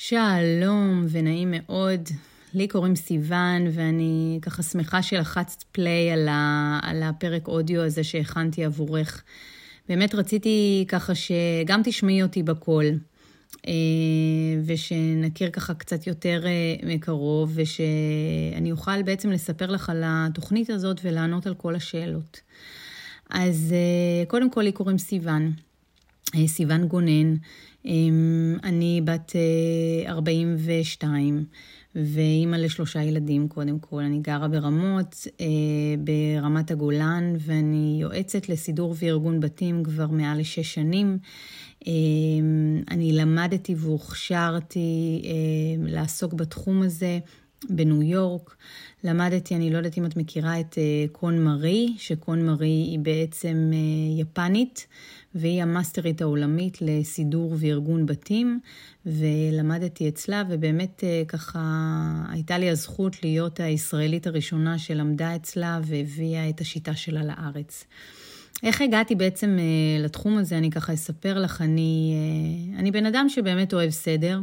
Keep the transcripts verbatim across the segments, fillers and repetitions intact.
שלום ונעים מאוד, לי קוראים סיוון ואני ככה שמחה שלחצת פליי על, ה, על הפרק אודיו הזה שהכנתי עבורך. באמת רציתי ככה שגם תשמעי אותי בקול ושנכיר ככה קצת יותר מקרוב ושאני אוכל בעצם לספר לך על התוכנית הזאת ולענות על כל השאלות. אז קודם כל לי קוראים סיוון, סיוון גונן. אני בת ארבעים ושתיים ואימא לשלושה ילדים קודם כל. אני גרה ברמות, ברמת הגולן, ואני יועצת לסידור וארגון בתים כבר מעל לשש שנים. אני למדתי והוכשרתי לעסוק בתחום הזה בניו יורק. למדתי, אני לא יודעת אם את מכירה את קון מרי, שקון מרי היא בעצם יפנית, והיא המאסטרית העולמית לסידור וארגון בתים, ולמדתי אצלה, ובאמת ככה הייתה לי הזכות להיות הישראלית הראשונה שלמדה אצלה, והביאה את השיטה שלה לארץ. איך הגעתי בעצם לתחום הזה? אני ככה אספר לך, אני, אני בן אדם שבאמת אוהב סדר,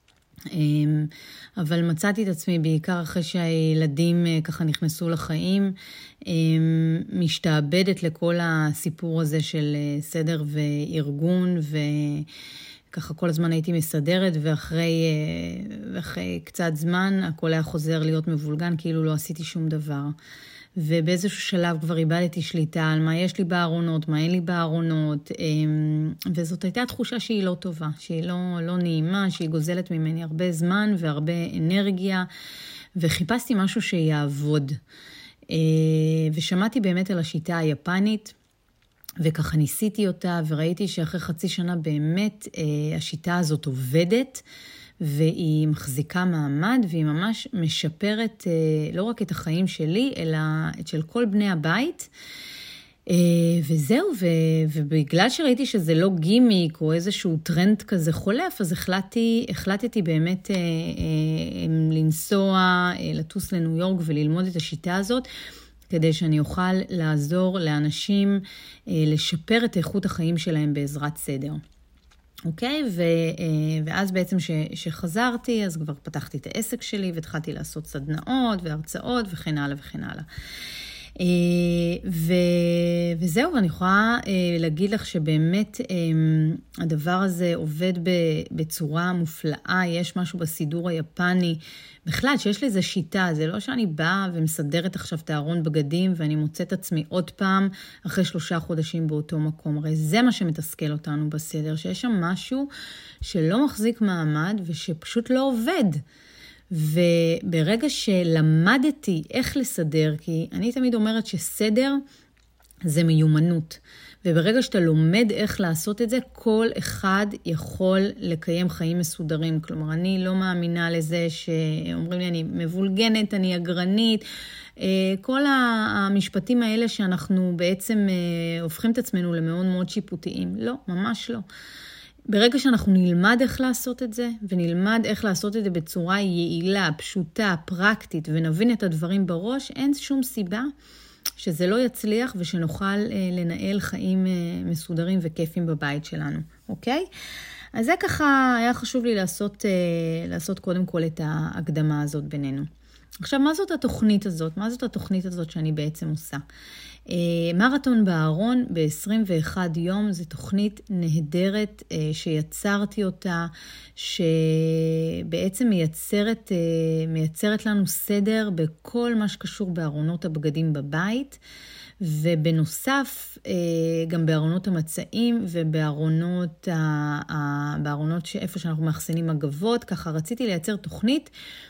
אבל מצאתי את עצמי בעיקר אחרי שהילדים ככה נכנסו לחיים, משתעבדת לכל הסיפור הזה של סדר וארגון, וככה כל הזמן הייתי מסדרת, ואחרי, ואחרי קצת זמן הכל היה חוזר להיות מבולגן, כאילו לא עשיתי שום דבר. ובאיזשהו שלב כבר איבדתי שליטה על מה יש לי בארונות, מה אין לי בארונות, וזאת הייתה תחושה שהיא לא טובה, שהיא לא, לא נעימה, שהיא גוזלת ממני הרבה זמן והרבה אנרגיה, וחיפשתי משהו שיעבוד. ושמעתי באמת על השיטה היפנית, וככה ניסיתי אותה, וראיתי שאחרי חצי שנה באמת השיטה הזאת עובדת, והיא מחזיקה מעמד, והיא ממש משפרת לא רק את החיים שלי, אלא את של כל בני הבית. וזהו, ובגלל שראיתי שזה לא גימיק, או איזשהו טרנד כזה חולף, אז החלטתי, החלטתי באמת לנסוע, לטוס לניו יורק וללמוד את השיטה הזאת, כדי שאני אוכל לעזור לאנשים לשפר את איכות החיים שלהם בעזרת סדר. אוקיי, ו, ואז בעצם ש, שחזרתי, אז כבר פתחתי את העסק שלי, והתחלתי לעשות סדנאות והרצאות וכן הלאה וכן הלאה. ו, וזהו, ואני יכולה להגיד לך שבאמת הדבר הזה עובד בצורה מופלאה, יש משהו בסידור היפני, בכלל שיש לזה שיטה, זה לא שאני באה ומסדרת עכשיו את הארון בגדים, ואני מוצאת עצמי עוד פעם אחרי שלושה חודשים באותו מקום. הרי זה מה שמתסכל אותנו בסדר, שיש שם משהו שלא מחזיק מעמד ושפשוט לא עובד. וברגע שלמדתי איך לסדר, כי אני תמיד אומרת שסדר זה מיומנות, וברגע שאתה לומד איך לעשות את זה, כל אחד יכול לקיים חיים מסודרים. כלומר, אני לא מאמינה לזה שאומרים לי, אני מבולגנת, אני אגרנית, כל המשפטים האלה שאנחנו בעצם הופכים את עצמנו למאוד מאוד שיפוטיים. לא, ממש לא. ברגע שאנחנו נלמד איך לעשות את זה, ונלמד איך לעשות את זה בצורה יעילה, פשוטה, פרקטית, ונבין את הדברים בראש, אין שום סיבה שזה לא יצליח, ושנוכל לנהל חיים מסודרים וכיפים בבית שלנו, אוקיי? אז זה ככה היה חשוב לי לעשות, לעשות קודם כל את ההקדמה הזאת בינינו. עכשיו, מה זאת התוכנית הזאת? מה זאת התוכנית הזאת שאני בעצם עושה? מרתון בארון ב-עשרים ואחד יום, זו תוכנית נהדרת שיצרתי אותה, שבעצם מייצרת, מייצרת לנו סדר בכל מה שקשור בארונות הבגדים בבית, ובנוסף גם בארונות המצעים ובארונות בארונות שאיפה שאנחנו מאחסנים אגבות. ככה רציתי לייצר תוכנית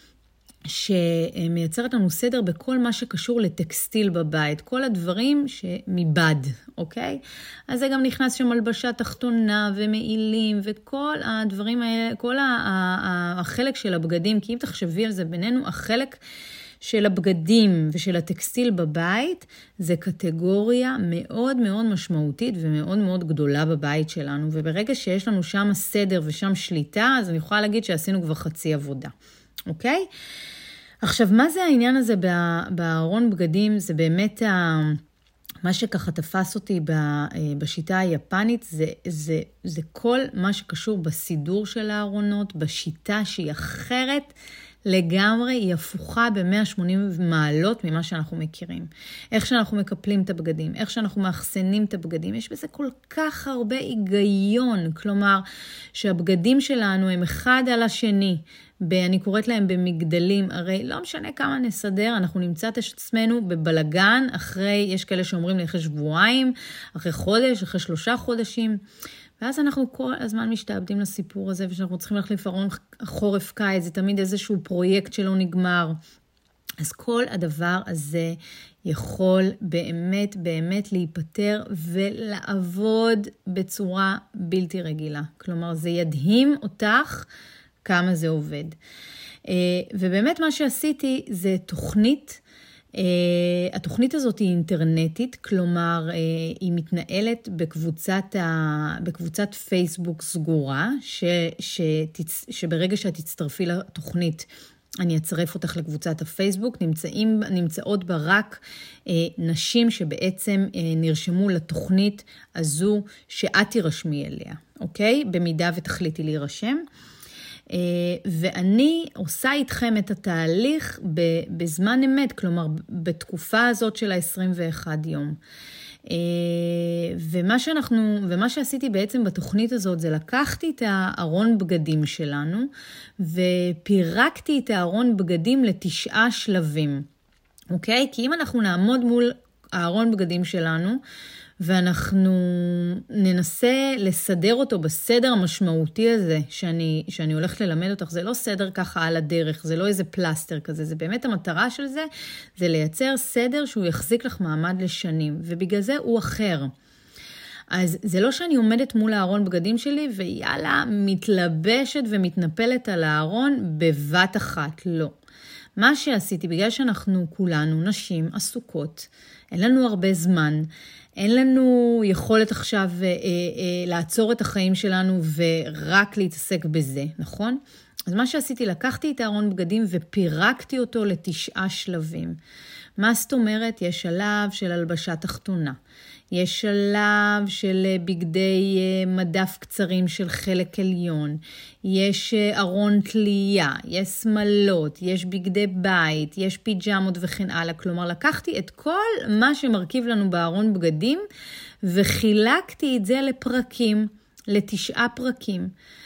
שמייצרת לנו סדר בכל מה שקשור לטקסטיל בבית, כל הדברים שמבד, אוקיי? אז זה גם נכנס שם הלבשה תחתונה ומעילים וכל הדברים האלה, כל החלק של הבגדים, כי אם תחשבי על זה בינינו, החלק של הבגדים ושל הטקסטיל בבית, זה קטגוריה מאוד מאוד משמעותית ומאוד מאוד גדולה בבית שלנו, וברגע שיש לנו שם סדר ושם שליטה, אז אני יכולה להגיד שעשינו כבר חצי עבודה. אוקיי? עכשיו, מה זה העניין הזה בארון בגדים? זה באמת מה שככה תפס אותי בשיטה היפנית, זה, זה, זה כל מה שקשור בסידור של הארונות, בשיטה שהיא אחרת לגמרי, היא הפוכה ב-מאה ושמונים מעלות ממה שאנחנו מכירים. איך שאנחנו מקפלים את הבגדים, איך שאנחנו מאחסנים את הבגדים, יש בזה כל כך הרבה היגיון, כלומר, שהבגדים שלנו הם אחד על השני, ב, אני קוראת להם במגדלים, הרי לא משנה כמה נסדר, אנחנו נמצא את עצמנו בבלגן, אחרי, יש כאלה שאומרים לי אחרי שבועיים, אחרי חודש, אחרי שלושה חודשים, ואז אנחנו כל הזמן משתעבדים לסיפור הזה, ושאנחנו צריכים להחליף ארון חורף קיץ, זה תמיד איזשהו פרויקט שלא נגמר. אז כל הדבר הזה יכול באמת באמת להיפטר ולעבוד בצורה בלתי רגילה. כלומר, זה ידהים אותך כמה זה עובד. ובאמת מה שעשיתי זה תוכנית, Uh, התוכנית הזאת היא אינטרנטית, כלומר uh, היא מתנהלת בקבוצת, ה, בקבוצת פייסבוק סגורה, ש, שתצ, שברגע שאת תצטרפי לתוכנית, אני אצרף אותך לקבוצת הפייסבוק, נמצאים, נמצאות בה רק uh, נשים שבעצם uh, נרשמו לתוכנית הזו שאת תירשמי אליה, אוקיי? במידה ותחליטי להירשם. ואני עושה איתכם את התהליך בזמן אמת, כלומר בתקופה הזאת של ה-עשרים ואחד יום. ומה שאנחנו, ומה שעשיתי בעצם בתוכנית הזאת זה לקחתי את הארון בגדים שלנו ופירקתי את הארון בגדים לתשעה שלבים. אוקיי? כי אם אנחנו נעמוד מול הארון בגדים שלנו ואנחנו ננסה לסדר אותו בסדר המשמעותי הזה שאני, שאני הולכת ללמד אותך, זה לא סדר ככה על הדרך, זה לא איזה פלסטר כזה, זה באמת המטרה של זה, זה לייצר סדר שהוא יחזיק לך מעמד לשנים, ובגלל זה הוא אחר. אז זה לא שאני עומדת מול הארון בגדים שלי, ויאללה, מתלבשת ומתנפלת על הארון בבת אחת, לא. מה שעשיתי, בגלל שאנחנו כולנו נשים עסוקות, אין לנו הרבה זמן, אין לנו יכולת עכשיו אה, אה, לעצור את החיים שלנו ורק להתעסק בזה, נכון? אז מה שעשיתי, לקחתי את הארון בגדים ופירקתי אותו לתשעה שלבים. מה זאת אומרת? יש שלב של הלבשה תחתונה. יש שלב של בגדי מדף קצרים של חלק עליון. יש ארון תלייה, יש שמלות, יש בגדי בית, יש פיג'מות וכן הלאה. כלומר, לקחתי את כל מה שמרכיב לנו בארון בגדים וחילקתי את זה לפרקים, לתשעה פרקים.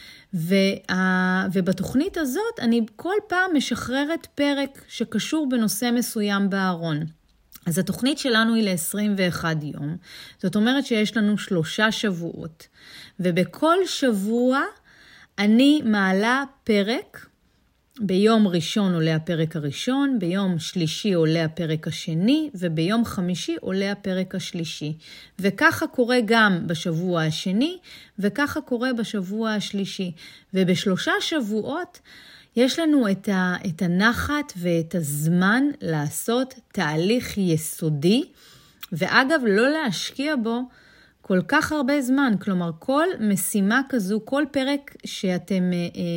וה... ובתוכנית הזאת אני כל פעם משחררת פרק שקשור בנושא מסוים בארון. אז התוכנית שלנו היא ל-עשרים ואחד יום, זאת אומרת שיש לנו שלושה שבועות, ובכל שבוע אני מעלה פרק, ביום ראשון עולה הפרק הראשון, ביום שלישי עולה הפרק השני, וביום חמישי עולה הפרק השלישי. וככה קורה גם בשבוע השני, וככה קורה בשבוע השלישי. ובשלושה שבועות יש לנו את, ה, את הנחת ואת הזמן לעשות תהליך יסודי, ואגב לא להשקיע בו כל כך הרבה זמן, כלומר כל משימה כזו, כל פרק שאתם,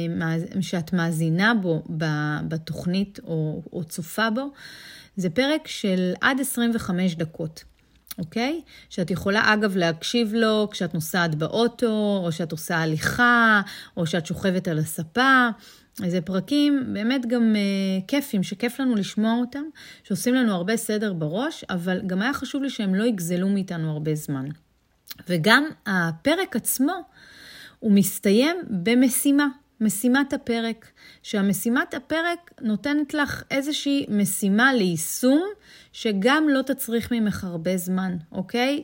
שאת מאזינה בו בתוכנית או, או צופה בו, זה פרק של עד עשרים וחמש דקות, אוקיי? שאת יכולה אגב להקשיב לו כשאת נוסעת באוטו, או שאת עושה הליכה, או שאת שוכבת על הספה. זה פרקים באמת גם uh, כיפים, שכיף לנו לשמוע אותם, שעושים לנו הרבה סדר בראש, אבל גם היה חשוב לי שהם לא יגזלו מאיתנו הרבה זמן. וגם הפרק עצמו, הוא מסתיים במשימה, משימת הפרק, שהמשימת הפרק נותנת לך איזושהי משימה ליישום, שגם לא תצריך ממך הרבה זמן, אוקיי?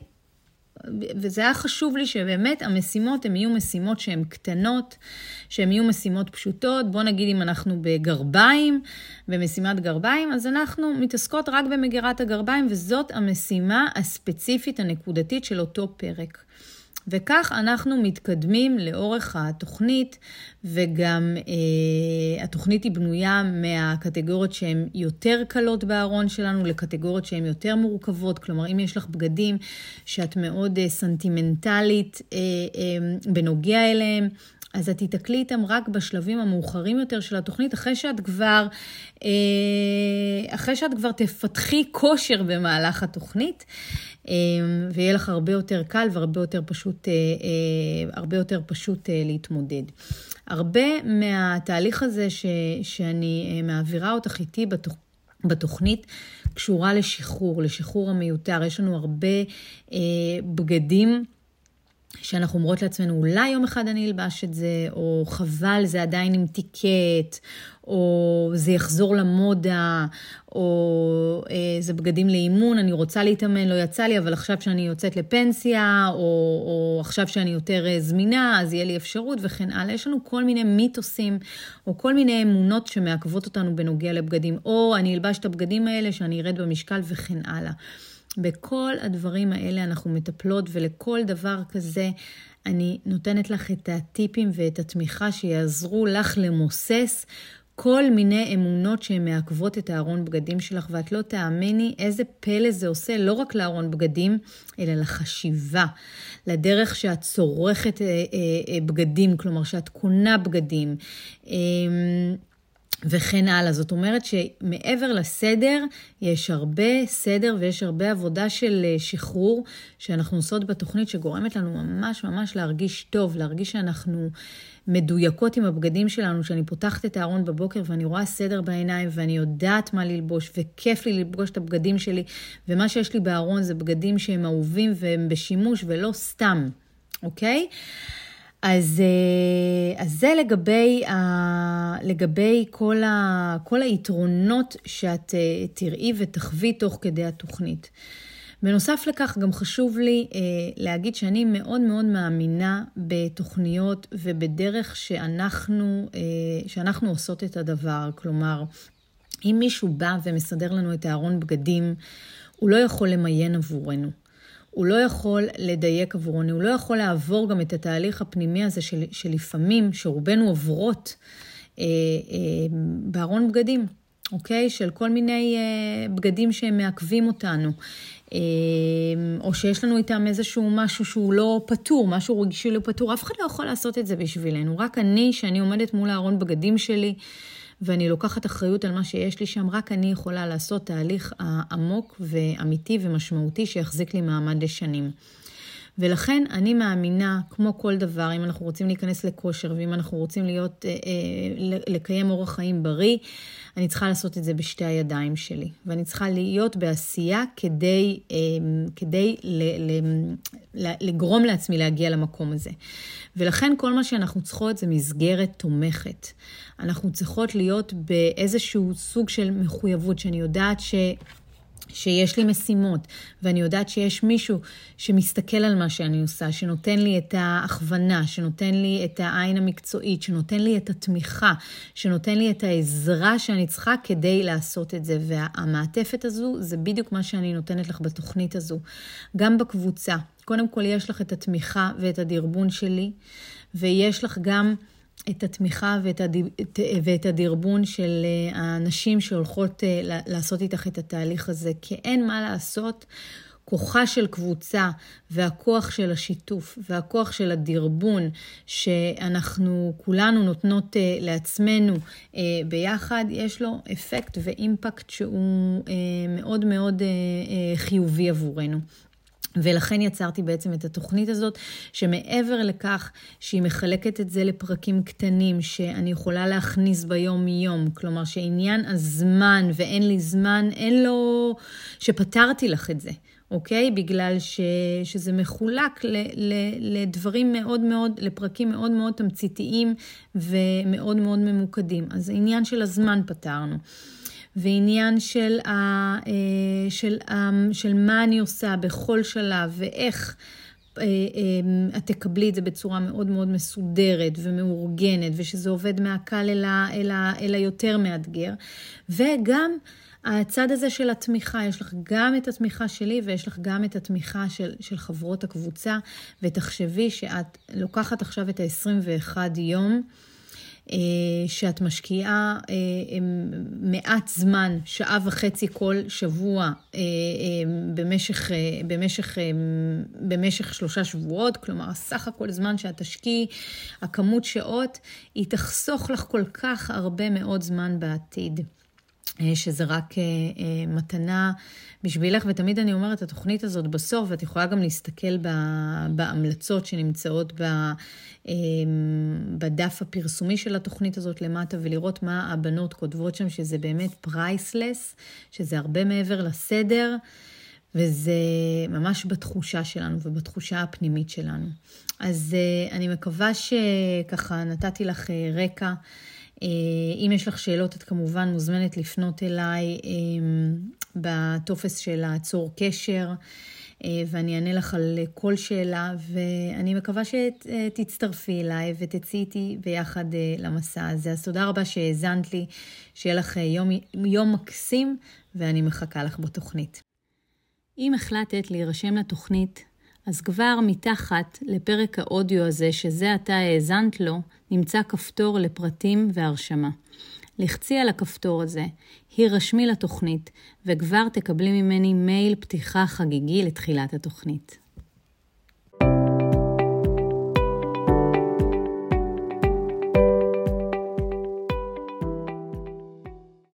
וזה היה חשוב לי שבאמת המשימות הן יהיו משימות שהן קטנות, שהן יהיו משימות פשוטות. בוא נגיד אם אנחנו בגרביים, במשימת גרביים, אז אנחנו מתעסקות רק במגירת הגרביים, וזאת המשימה הספציפית הנקודתית של אותו פרק. וכך אנחנו מתקדמים לאורך התוכנית, וגם אה, התוכנית היא בנויה מהקטגוריות שהן יותר קלות בארון שלנו, לקטגוריות שהן יותר מורכבות. כלומר, אם יש לך בגדים שאת מאוד אה, סנטימנטלית אה, אה, בנוגע אליהם, אז את תתקלי איתם רק בשלבים המאוחרים יותר של התוכנית, אחרי שאת כבר, אחרי שאת כבר תפתחי כושר במהלך התוכנית, ויהיה לך הרבה יותר קל והרבה יותר פשוט, הרבה יותר פשוט להתמודד. הרבה מהתהליך הזה ש, שאני מעבירה אותך איתי בתוכנית, בתוכנית קשורה לשחרור, לשחרור המיותר. יש לנו הרבה אה, בגדים שאנחנו אומרות לעצמנו, אולי יום אחד אני אלבש את זה, או חבל, זה עדיין עם טיקט, או זה יחזור למודה, או אה, זה בגדים לאימון, אני רוצה להתאמן, לא יצא לי, אבל עכשיו שאני יוצאת לפנסיה, או, או עכשיו שאני יותר אה, זמינה, אז יהיה לי אפשרות וכן הלאה. יש לנו כל מיני מיתוסים, או כל מיני אמונות שמעכבות אותנו בנוגע לבגדים, או אני אלבש את הבגדים האלה, שאני ארד במשקל וכן הלאה. בכל הדברים האלה אנחנו מטפלות, ולכל דבר כזה אני נותנת לך את הטיפים ואת התמיכה שיעזרו לך למוסס כל מיני אמונות שהן מעכבות את הארון בגדים שלך, ואת לא תאמיני איזה פלא זה עושה, לא רק לארון בגדים, אלא לחשיבה, לדרך שאת צורכת בגדים, כלומר שאת קונה בגדים, וכן הלאה. זאת אומרת שמעבר לסדר, יש הרבה סדר ויש הרבה עבודה של שחרור שאנחנו עושות בתוכנית, שגורמת לנו ממש ממש להרגיש טוב, להרגיש שאנחנו מדויקות עם הבגדים שלנו, שאני פותחת את הארון בבוקר ואני רואה סדר בעיניים ואני יודעת מה ללבוש, וכיף לי ללבוש את הבגדים שלי, ומה שיש לי בארון זה בגדים שהם אהובים והם בשימוש ולא סתם, אוקיי? אז, אז זה לגבי, לגבי כל, ה, כל היתרונות שאת תראי ותחווי תוך כדי התוכנית. בנוסף לכך גם חשוב לי להגיד שאני מאוד מאוד מאמינה בתוכניות ובדרך שאנחנו, שאנחנו עושות את הדבר. כלומר, אם מישהו בא ומסדר לנו את הארון בגדים, הוא לא יכול למיין עבורנו. הוא לא יכול לדייק עבורנו, הוא לא יכול לעבור גם את התהליך הפנימי הזה של, שלפעמים, שרובנו עוברות אה, אה, בארון בגדים, אוקיי? של כל מיני אה, בגדים שהם מעכבים אותנו, אה, או שיש לנו איתם איזשהו משהו שהוא לא פתור, משהו רגישי לא פתור, אף אחד לא יכול לעשות את זה בשבילנו, רק אני, שאני עומדת מול הארון בגדים שלי, ואני לוקחת אחריות על מה שיש לי שם, רק אני יכולה לעשות תהליך עמוק ואמיתי ומשמעותי שיחזיק לי מעמד לשנים. ולכן אני מאמינה, כמו כל דבר, אם אנחנו רוצים להיכנס לכושר, ואם אנחנו רוצים להיות, לקיים אורח חיים בריא, אני צריכה לעשות את זה בשתי הידיים שלי. ואני צריכה להיות בעשייה כדי, כדי לגרום לעצמי להגיע למקום הזה. ולכן כל מה שאנחנו צריכות זה מסגרת תומכת. אנחנו צריכות להיות באיזשהו סוג של מחויבות, שאני יודעת ש... שיש לי משימות, ואני יודעת שיש מישהו שמסתכל על מה שאני עושה, שנותן לי את ההכוונה, שנותן לי את העין המקצועית, שנותן לי את התמיכה, שנותן לי את העזרה שאני צריכה כדי לעשות את זה. והמעטפת הזו, זה בדיוק מה שאני נותנת לך בתוכנית הזו. גם בקבוצה, קודם כל יש לך את התמיכה ואת הדרבון שלי, ויש לך גם את התמיכה ואת, הד... ואת הדרבון של האנשים שהולכות לעשות איתך את התהליך הזה, כי אין מה לעשות. כוחה של קבוצה והכוח של השיתוף והכוח של הדרבון שאנחנו כולנו נותנות לעצמנו ביחד, יש לו אפקט ואימפקט שהוא מאוד מאוד חיובי עבורנו. ולכן יצרתי בעצם את התוכנית הזאת, שמעבר לכך שהיא מחלקת את זה לפרקים קטנים, שאני יכולה להכניס ביום יום, כלומר שעניין הזמן ואין לי זמן, אין לו, שפתרתי לך את זה, אוקיי? בגלל ש, שזה מחולק ל, ל, לדברים מאוד מאוד, לפרקים מאוד מאוד תמציתיים ומאוד מאוד ממוקדים. אז העניין של הזמן פתרנו. ועניין של, ה, של, של מה אני עושה בכל שלב, ואיך את תקבלי את זה בצורה מאוד מאוד מסודרת ומאורגנת, ושזה עובד מהקל אל, אל, אל היותר מאתגר. וגם הצד הזה של התמיכה, יש לך גם את התמיכה שלי, ויש לך גם את התמיכה של, של חברות הקבוצה, ותחשבי שאת לוקחת עכשיו את ה-עשרים ואחד יום, שאת משקיעה מעט זמן, שעה וחצי כל שבוע, במשך, במשך, במשך שלושה שבועות, כלומר, סך הכל זמן שאת תשקיעי, הכמות שעות, היא תחסוך לך כל כך הרבה מאוד זמן בעתיד. שזה רק מתנה בשבילך, ותמיד אני אומרת, התוכנית הזאת בסוף, ואת יכולה גם להסתכל בהמלצות שנמצאות בדף הפרסומי של התוכנית הזאת למטה, ולראות מה הבנות כותבות שם, שזה באמת פרייסלס, שזה הרבה מעבר לסדר, וזה ממש בתחושה שלנו ובתחושה הפנימית שלנו. אז אני מקווה שככה נתתי לך רקע, אם יש לך שאלות, את כמובן מוזמנת לפנות אליי בטופס של לעצור קשר, ואני אענה לך על כל שאלה, ואני מקווה שתצטרפי אליי ותצאי איתי ביחד למסע הזה. אז תודה רבה שהאזנת לי, שיהיה לך יום, יום מקסים, ואני מחכה לך בתוכנית. אם החלטת להירשם לתוכנית, אז כבר מתחת לפרק האודיו הזה, שזה אתה האזנת לו, נמצא כפתור לפרטים והרשמה. לחצי על הכפתור הזה, הירשמי לתוכנית, וכבר תקבלי ממני מייל פתיחה חגיגי לתחילת התוכנית.